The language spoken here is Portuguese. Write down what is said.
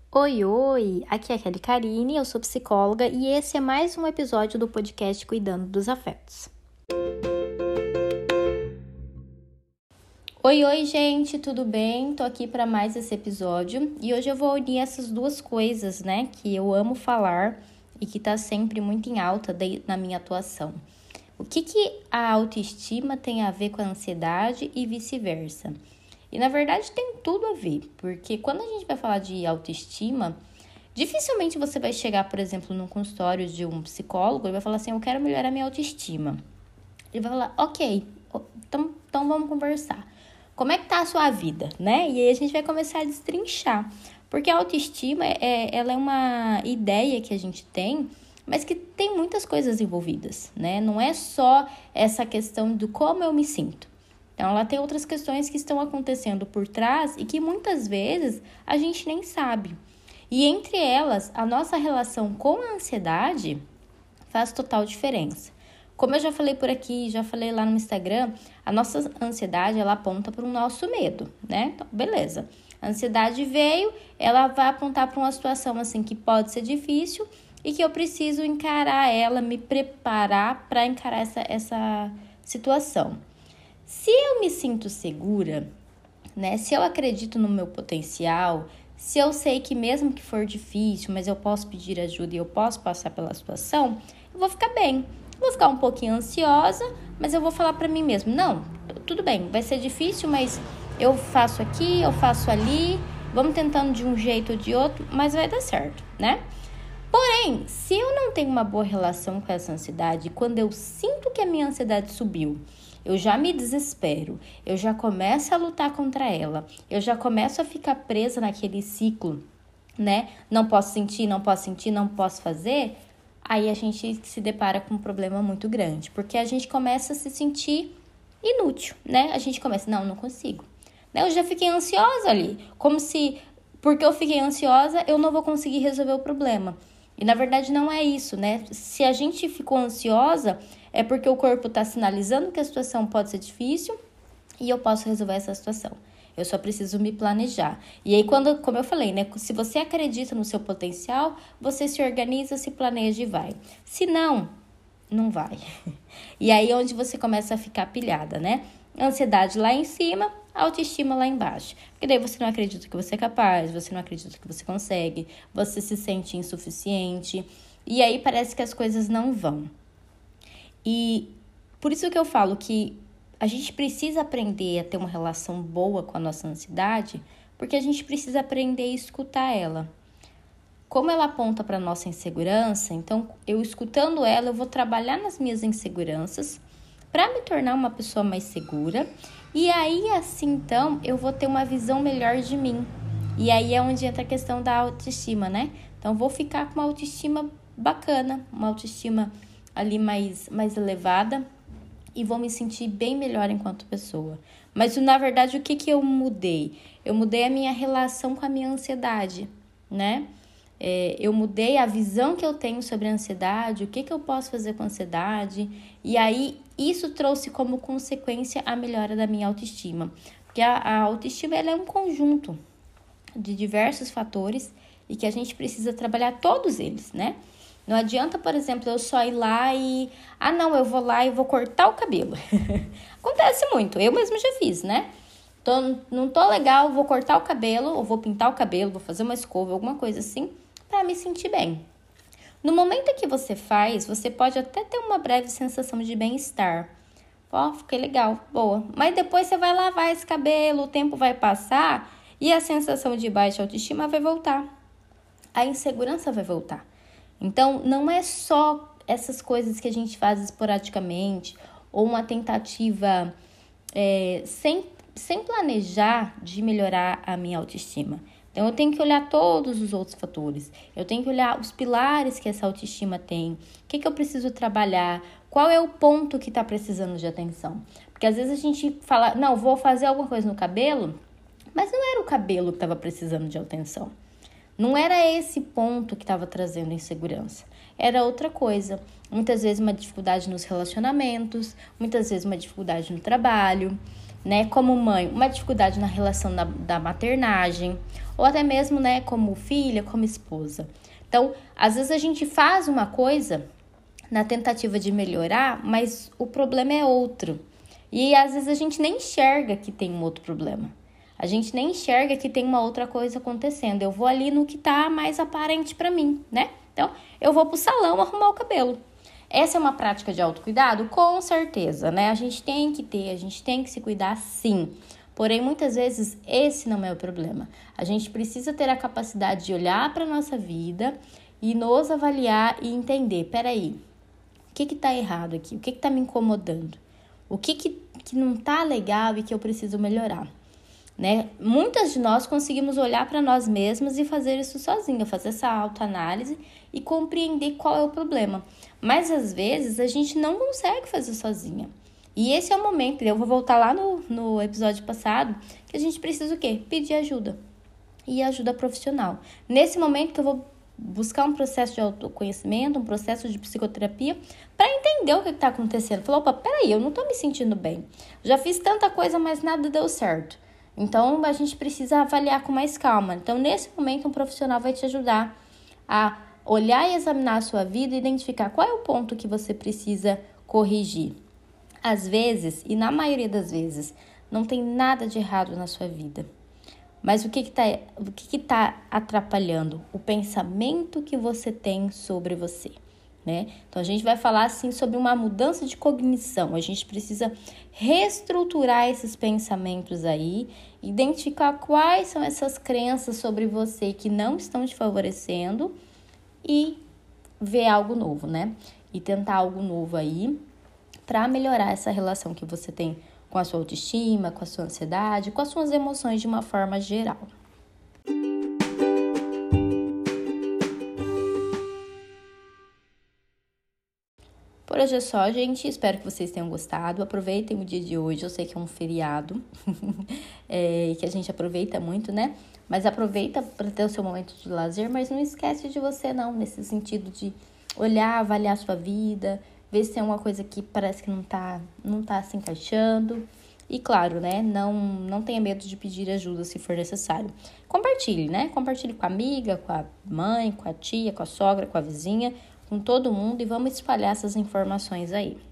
Oi, oi! Aqui é a Kelly Karine, eu sou psicóloga e esse é mais um episódio do podcast Cuidando dos Afetos. Oi, gente, tudo bem? Tô aqui para mais esse episódio e hoje eu vou unir essas duas coisas, que eu amo falar e que tá sempre muito em alta na minha atuação. O que a autoestima tem a ver com a ansiedade e vice-versa? E, na verdade, tem tudo a ver, porque quando a gente vai falar de autoestima, dificilmente você vai chegar, por exemplo, num consultório de um psicólogo e vai falar assim, eu quero melhorar minha autoestima. Ele vai falar, ok, então vamos conversar. Como é que tá a sua vida, E aí a gente vai começar a destrinchar, porque a autoestima, ela é uma ideia que a gente tem, mas que tem muitas coisas envolvidas, Não é só essa questão do como eu me sinto. Então, ela tem outras questões que estão acontecendo por trás e que muitas vezes a gente nem sabe. E entre elas, a nossa relação com a ansiedade faz total diferença. Como eu já falei por aqui, já falei lá no Instagram, a nossa ansiedade, ela aponta para o nosso medo, Então, beleza. A ansiedade veio, ela vai apontar para uma situação assim que pode ser difícil e que eu preciso encarar ela, me preparar para encarar essa situação. Se eu me sinto segura, Se eu acredito no meu potencial, se eu sei que mesmo que for difícil, mas eu posso pedir ajuda e eu posso passar pela situação, eu vou ficar bem. Eu vou ficar um pouquinho ansiosa, mas eu vou falar pra mim mesmo, não, tudo bem, vai ser difícil, mas eu faço aqui, eu faço ali, vamos tentando de um jeito ou de outro, mas vai dar certo, Porém, se eu não tenho uma boa relação com essa ansiedade, quando eu sinto que a minha ansiedade subiu, eu já me desespero, eu já começo a lutar contra ela, eu já começo a ficar presa naquele ciclo, Não posso sentir, não posso fazer. Aí a gente se depara com um problema muito grande, porque a gente começa a se sentir inútil, A gente começa, não consigo. Eu já fiquei ansiosa ali, como se, porque eu fiquei ansiosa, eu não vou conseguir resolver o problema. E na verdade não é isso, Se a gente ficou ansiosa, é porque o corpo está sinalizando que a situação pode ser difícil e eu posso resolver essa situação. Eu só preciso me planejar. E aí, como eu falei, Se você acredita no seu potencial, você se organiza, se planeja e vai. Se não, não vai. E aí é onde você começa a ficar pilhada, Ansiedade lá em cima, autoestima lá embaixo. Porque daí você não acredita que você é capaz, você não acredita que você consegue, você se sente insuficiente. E aí parece que as coisas não vão. E por isso que eu falo que a gente precisa aprender a ter uma relação boa com a nossa ansiedade, porque a gente precisa aprender a escutar ela. Como ela aponta para a nossa insegurança, então eu escutando ela, eu vou trabalhar nas minhas inseguranças para me tornar uma pessoa mais segura. E aí, assim, então, eu vou ter uma visão melhor de mim. E aí é onde entra a questão da autoestima, Então, vou ficar com uma autoestima bacana, uma autoestima ali mais elevada e vou me sentir bem melhor enquanto pessoa. Mas, na verdade, o que eu mudei? Eu mudei a minha relação com a minha ansiedade, Eu mudei a visão que eu tenho sobre a ansiedade, o que eu posso fazer com a ansiedade. E aí, isso trouxe como consequência a melhora da minha autoestima. Porque a autoestima ela é um conjunto de diversos fatores e que a gente precisa trabalhar todos eles, Não adianta, por exemplo, eu só ir lá e... eu vou lá e vou cortar o cabelo. Acontece muito, eu mesma já fiz, Não tô legal, vou cortar o cabelo, ou vou pintar o cabelo, vou fazer uma escova, alguma coisa assim, para me sentir bem. No momento que você faz, você pode até ter uma breve sensação de bem-estar. Fiquei legal, boa. Mas depois você vai lavar esse cabelo, o tempo vai passar e a sensação de baixa autoestima vai voltar. A insegurança vai voltar. Então, não é só essas coisas que a gente faz esporadicamente ou uma tentativa sem planejar de melhorar a minha autoestima. Então, eu tenho que olhar todos os outros fatores. Eu tenho que olhar os pilares que essa autoestima tem. O que eu preciso trabalhar? Qual é o ponto que está precisando de atenção? Porque às vezes a gente fala, não, vou fazer alguma coisa no cabelo, mas não era o cabelo que estava precisando de atenção. Não era esse ponto que estava trazendo insegurança. Era outra coisa. Muitas vezes uma dificuldade nos relacionamentos, muitas vezes uma dificuldade no trabalho, Como mãe, uma dificuldade na relação da maternagem, ou até mesmo, né, como filha, como esposa. Então, às vezes a gente faz uma coisa na tentativa de melhorar, mas o problema é outro. E às vezes a gente nem enxerga que tem um outro problema. A gente nem enxerga que tem uma outra coisa acontecendo. Eu vou ali no que tá mais aparente pra mim, né? Então, eu vou pro salão arrumar o cabelo. Essa é uma prática de autocuidado? Com certeza, né? A gente tem que se cuidar sim. Porém, muitas vezes, esse não é o problema. A gente precisa ter a capacidade de olhar para a nossa vida e nos avaliar e entender, peraí, o que tá errado aqui? O que tá me incomodando? O que não tá legal e que eu preciso melhorar? Né? Muitas de nós conseguimos olhar para nós mesmas e fazer isso sozinha, fazer essa autoanálise e compreender qual é o problema. Mas às vezes a gente não consegue fazer sozinha. E esse é o momento, eu vou voltar lá no episódio passado, que a gente precisa o quê? Pedir ajuda. E ajuda profissional. Nesse momento que eu vou buscar um processo de autoconhecimento, um processo de psicoterapia, para entender o que está acontecendo. Falou, opa, peraí, eu não estou me sentindo bem. Já fiz tanta coisa, mas nada deu certo. Então, a gente precisa avaliar com mais calma. Então, nesse momento, um profissional vai te ajudar a olhar e examinar a sua vida e identificar qual é o ponto que você precisa corrigir. Às vezes, e na maioria das vezes, não tem nada de errado na sua vida. Mas o que tá atrapalhando? O pensamento que você tem sobre você, né? Então, a gente vai falar, assim, sobre uma mudança de cognição. A gente precisa reestruturar esses pensamentos aí, identificar quais são essas crenças sobre você que não estão te favorecendo e ver algo novo, né? E tentar algo novo aí para melhorar essa relação que você tem com a sua autoestima, com a sua ansiedade, com as suas emoções de uma forma geral. Por hoje é só, gente. Espero que vocês tenham gostado. Aproveitem o dia de hoje. Eu sei que é um feriado, que a gente aproveita muito, né? Mas aproveita para ter o seu momento de lazer, mas não esquece de você, não. Nesse sentido de olhar, avaliar a sua vida, ver se tem alguma coisa que parece que não tá se encaixando. E claro, né, não tenha medo de pedir ajuda se for necessário. Compartilhe, né? Compartilhe com a amiga, com a mãe, com a tia, com a sogra, com a vizinha, com todo mundo e vamos espalhar essas informações aí.